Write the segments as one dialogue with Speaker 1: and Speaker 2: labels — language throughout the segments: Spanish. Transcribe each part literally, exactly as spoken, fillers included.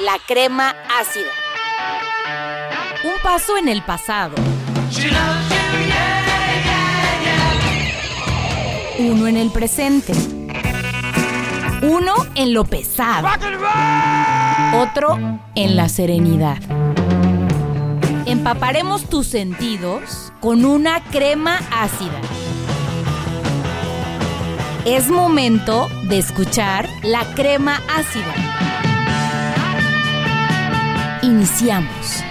Speaker 1: la crema ácida.
Speaker 2: Un paso en el pasado. Uno en el presente. Uno en lo pesado. Otro en la serenidad. Empaparemos tus sentidos con una crema ácida. Es momento de escuchar la crema ácida. Iniciamos.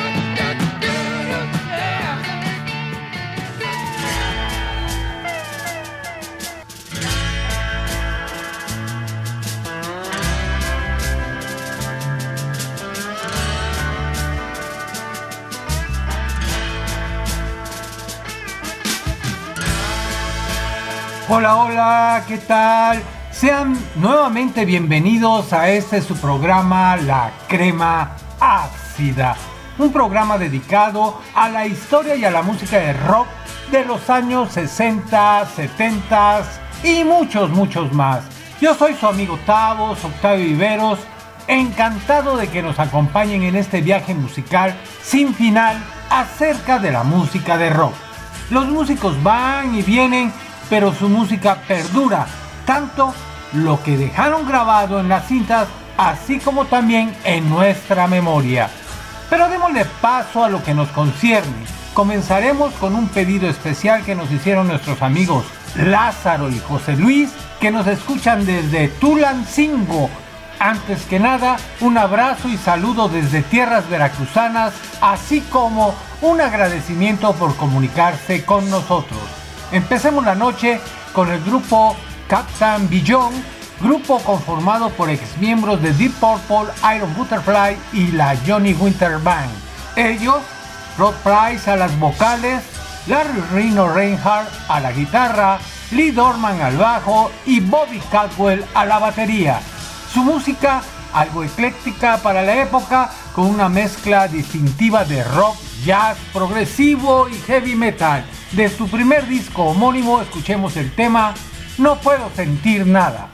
Speaker 3: Hola, hola, ¿qué tal? Sean nuevamente bienvenidos a este su programa La Crema Ácida, un programa dedicado a la historia y a la música de rock de los años sesenta, setenta y muchos, muchos más. Yo soy su amigo Tavos, Octavio Viveros, encantado de que nos acompañen en este viaje musical sin final acerca de la música de rock. Los músicos van y vienen, pero su música perdura, tanto lo que dejaron grabado en las cintas, así como también en nuestra memoria. Pero démosle paso a lo que nos concierne. Comenzaremos con un pedido especial que nos hicieron nuestros amigos Lázaro y José Luis, que nos escuchan desde Tulancingo. Antes que nada, un abrazo y saludo desde tierras veracruzanas, así como un agradecimiento por comunicarse con nosotros. Empecemos la noche con el grupo Captain Beyond, grupo conformado por exmiembros de Deep Purple, Iron Butterfly y la Johnny Winter Band. Ellos, Rod Price a las vocales, Larry Rino Reinhardt a la guitarra, Lee Dorman al bajo y Bobby Caldwell a la batería. Su música, algo ecléctica para la época, con una mezcla distintiva de rock, jazz, progresivo y heavy metal. De su primer disco homónimo, escuchemos el tema No Puedo Sentir Nada.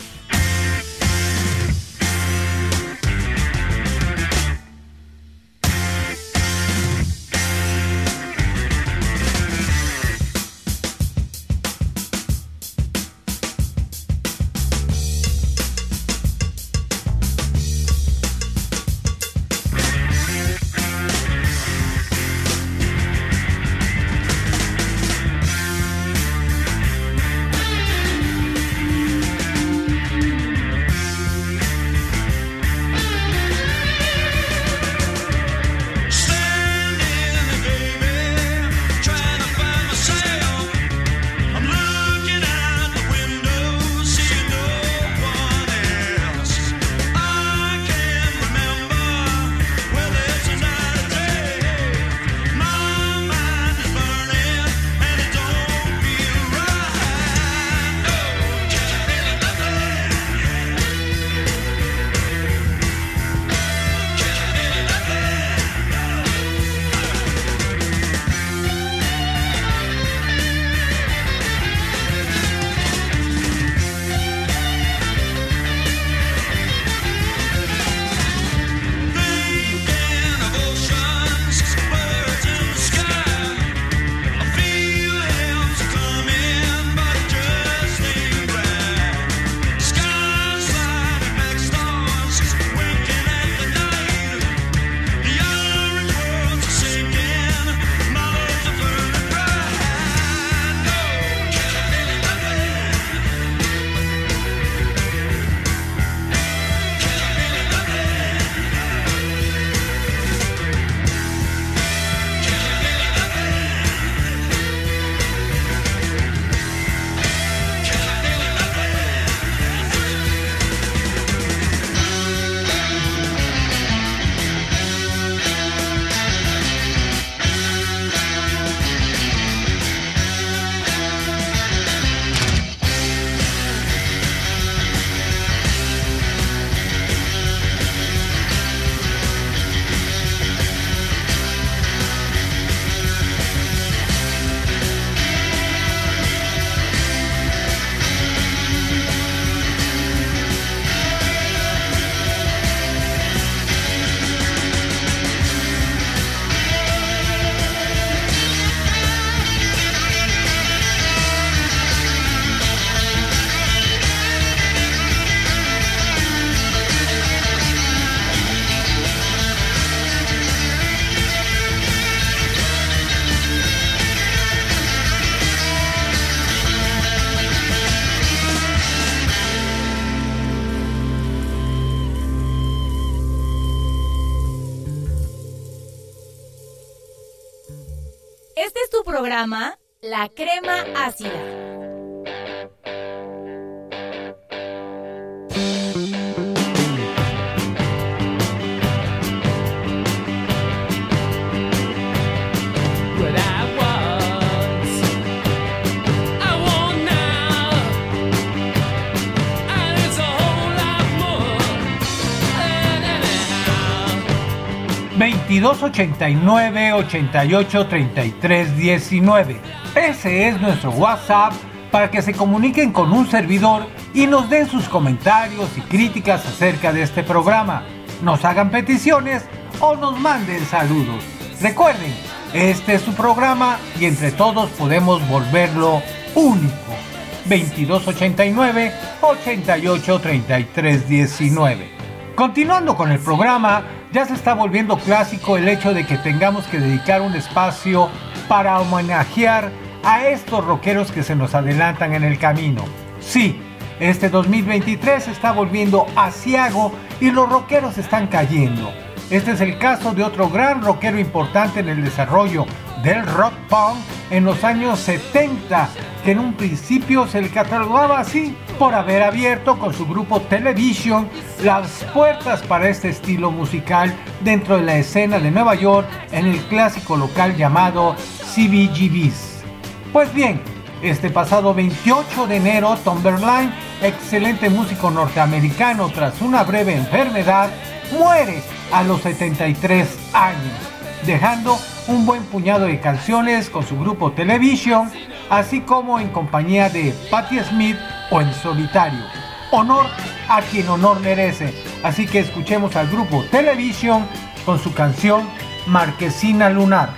Speaker 2: programa La Crema Ácida.
Speaker 3: veintidós ochenta y nueve, ochenta y ocho, treinta y tres diecinueve. Ese es nuestro WhatsApp para que se comuniquen con un servidor y nos den sus comentarios y críticas acerca de este programa, nos hagan peticiones o nos manden saludos. Recuerden, este es su programa y entre todos podemos volverlo único. veintidós ochenta y nueve, ochenta y ocho, treinta y tres diecinueve. Continuando con el programa, ya se está volviendo clásico el hecho de que tengamos que dedicar un espacio para homenajear a estos rockeros que se nos adelantan en el camino. Sí, este dos mil veintitrés se está volviendo aciago y los rockeros están cayendo. Este es el caso de otro gran rockero importante en el desarrollo del rock punk en los años setenta, que en un principio se le catalogaba así por haber abierto con su grupo Television las puertas para este estilo musical dentro de la escena de Nueva York en el clásico local llamado C B G B's. Pues bien, este pasado veintiocho de enero, Tom Verlaine, excelente músico norteamericano, tras una breve enfermedad, muere a los setenta y tres años, dejando un buen puñado de canciones con su grupo Television, así como en compañía de Patti Smith o en solitario. Honor a quien honor merece. Así que escuchemos al grupo Television con su canción Marquesina Lunar.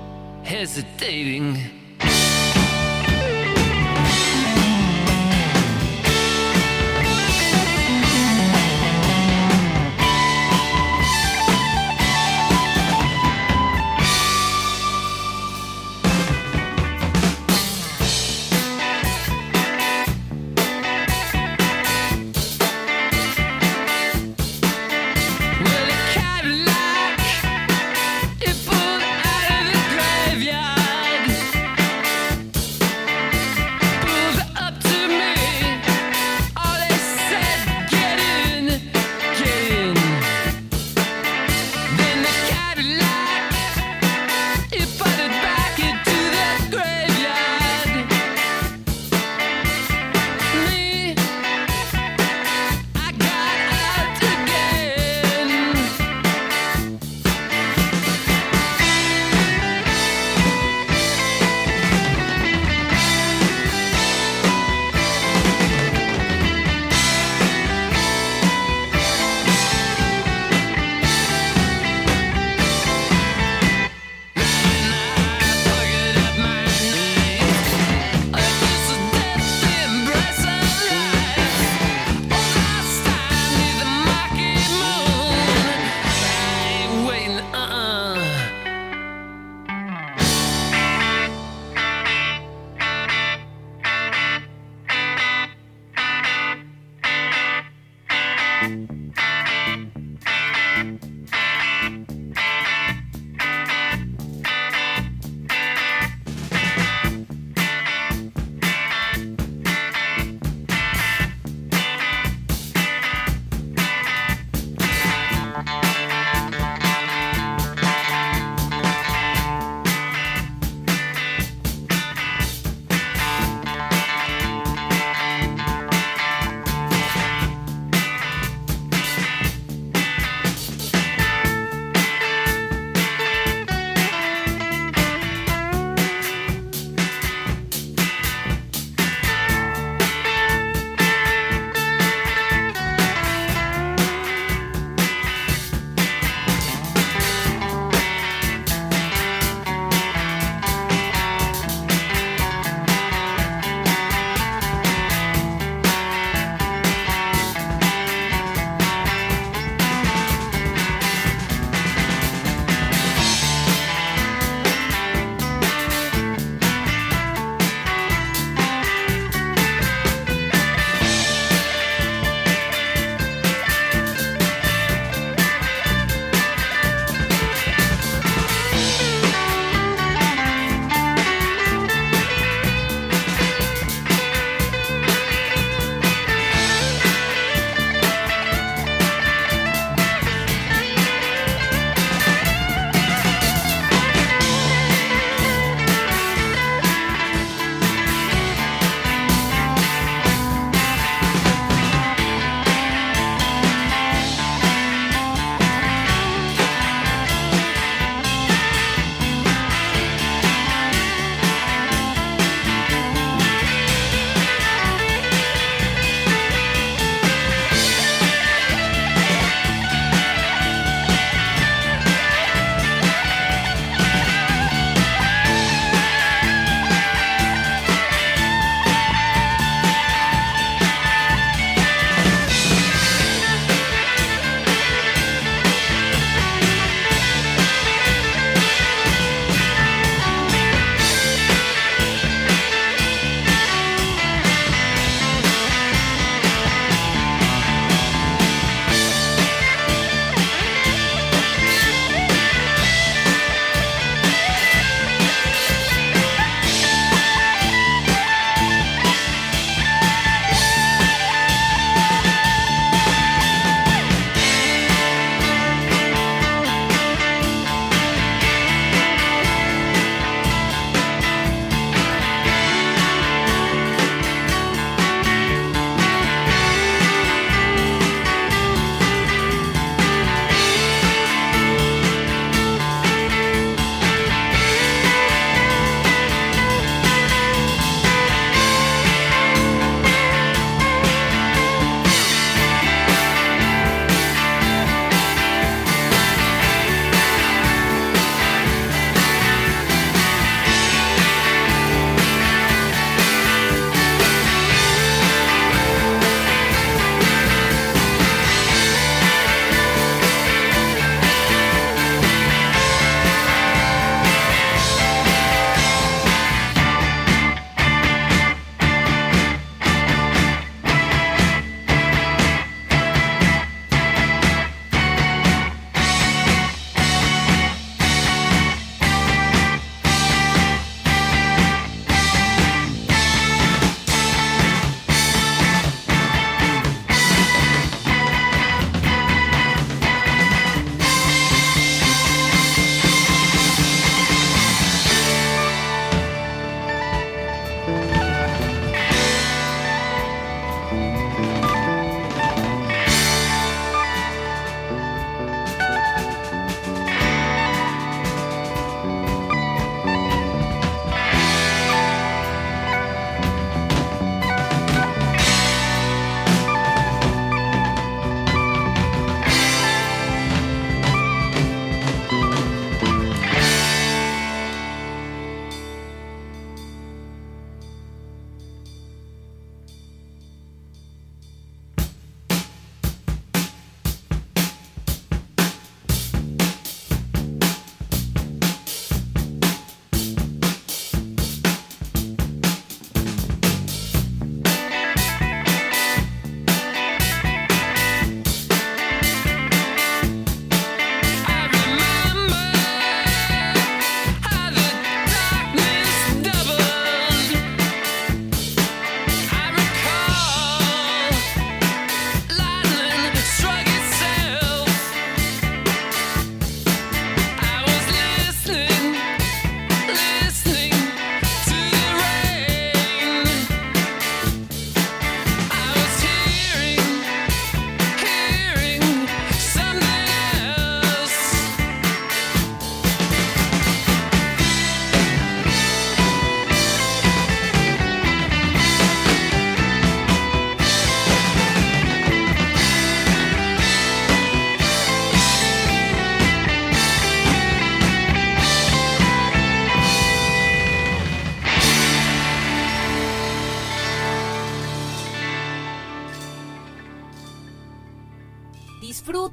Speaker 1: hesitating.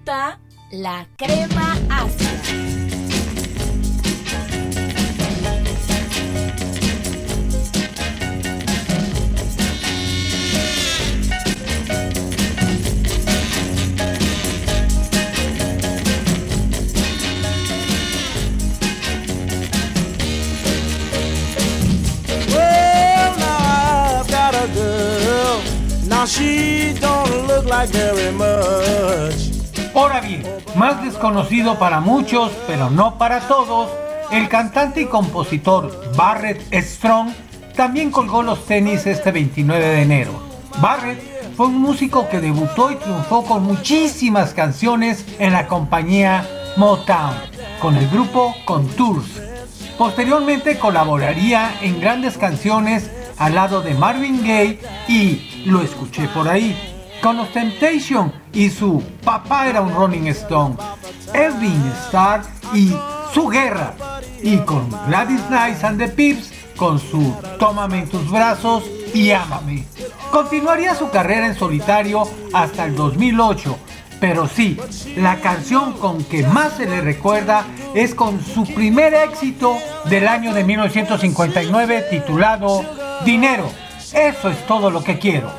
Speaker 2: gusta la crema ácida.
Speaker 1: She don't look like very much.
Speaker 3: Ahora bien, más desconocido para muchos, pero no para todos, el cantante y compositor Barrett Strong también colgó los tenis este veintinueve de enero. Barrett fue un músico que debutó y triunfó con muchísimas canciones en la compañía Motown, con el grupo Contours. Posteriormente colaboraría en grandes canciones al lado de Marvin Gaye y Lo Escuché Por Ahí, con los Temptation y su Papá Era un Rolling Stone, Edwin Starr y Su Guerra, y con Gladys Knight and the Pips con su Tómame en tus brazos y Ámame. Continuaría su carrera en solitario hasta el dos mil ocho, pero sí, la canción con que más se le recuerda es con su primer éxito del año de mil novecientos cincuenta y nueve titulado Dinero. Eso es todo lo que quiero.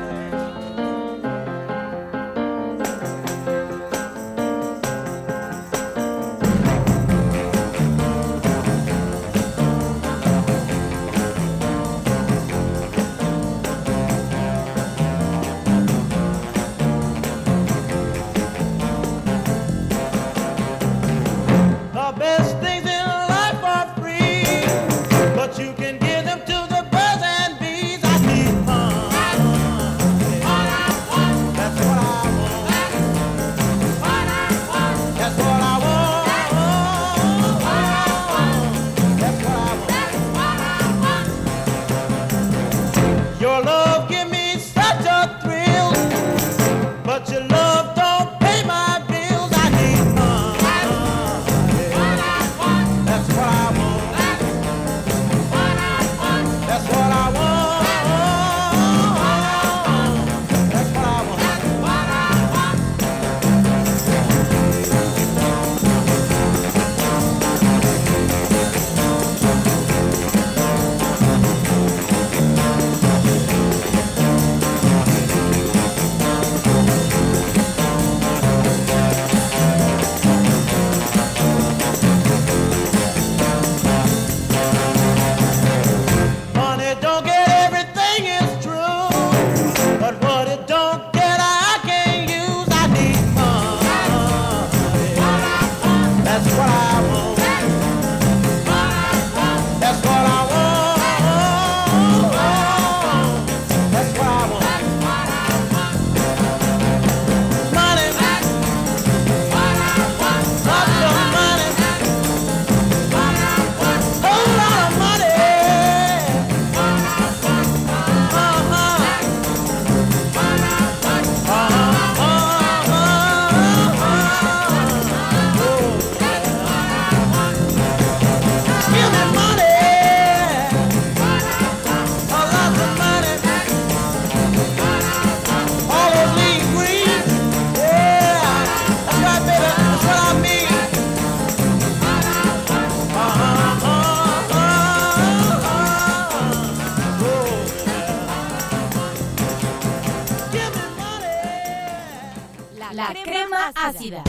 Speaker 2: La crema ácida.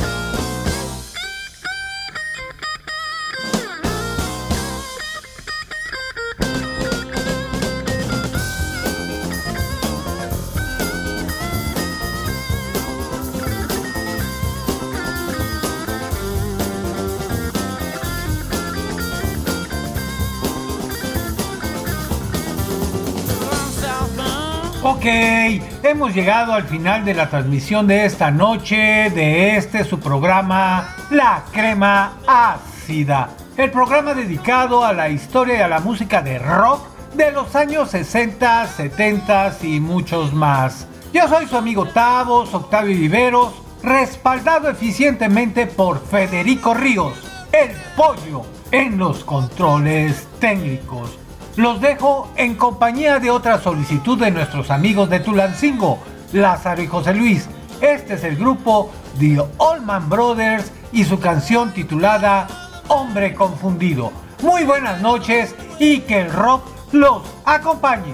Speaker 3: Ok, hemos llegado al final de la transmisión de esta noche de este su programa La Crema Ácida, el programa dedicado a la historia y a la música de rock de los años sesenta, setenta y muchos más. Yo soy su amigo Tavos, Octavio Viveros, respaldado eficientemente por Federico Ríos, el pollo, en los controles técnicos. Los dejo en compañía de otra solicitud de nuestros amigos de Tulancingo, Lázaro y José Luis. Este es el grupo The Allman Brothers y su canción titulada Hombre Confundido. Muy buenas noches y que el rock los acompañe.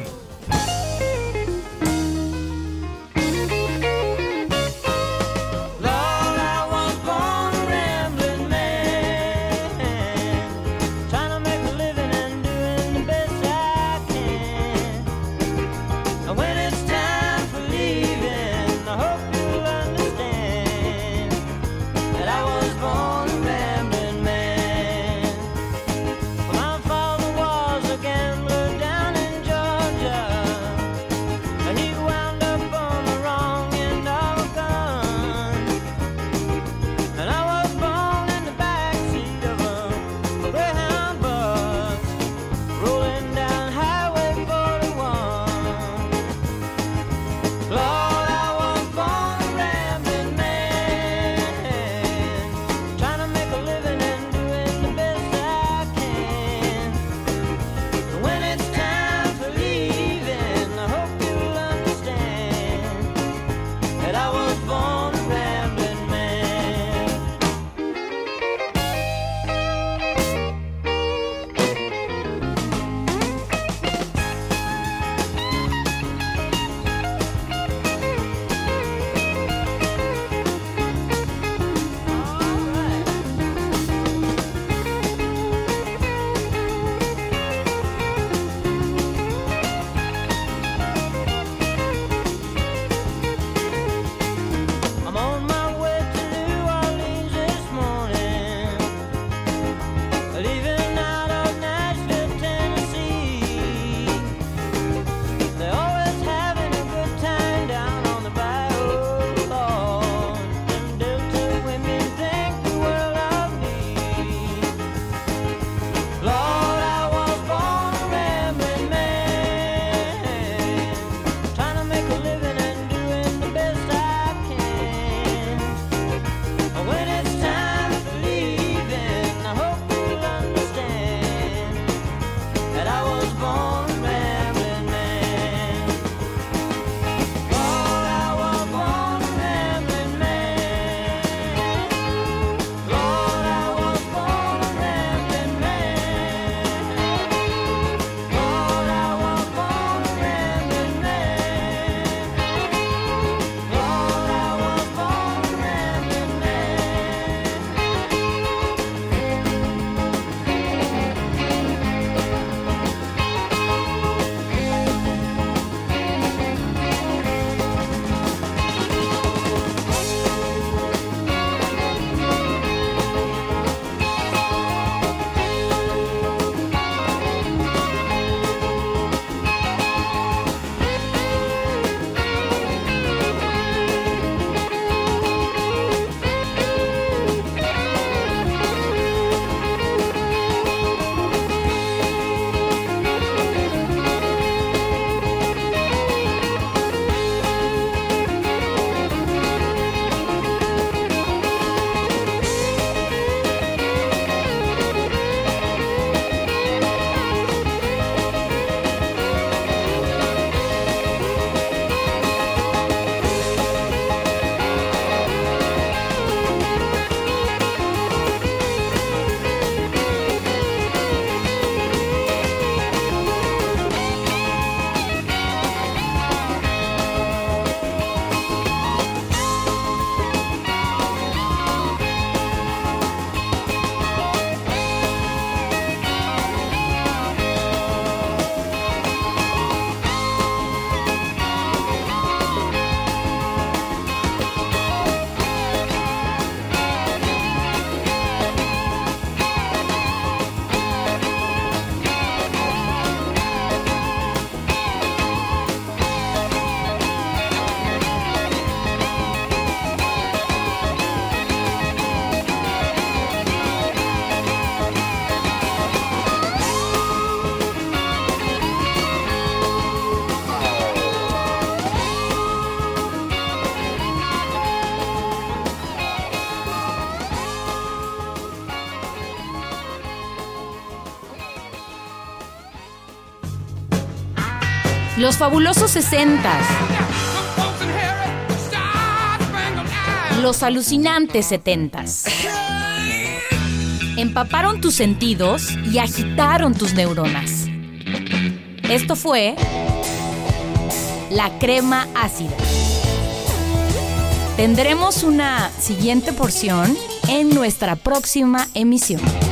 Speaker 2: Los fabulosos sesentas. los alucinantes setentas. Empaparon tus sentidos y agitaron tus neuronas. Esto fue La Crema Ácida. Tendremos una siguiente porción en nuestra próxima emisión.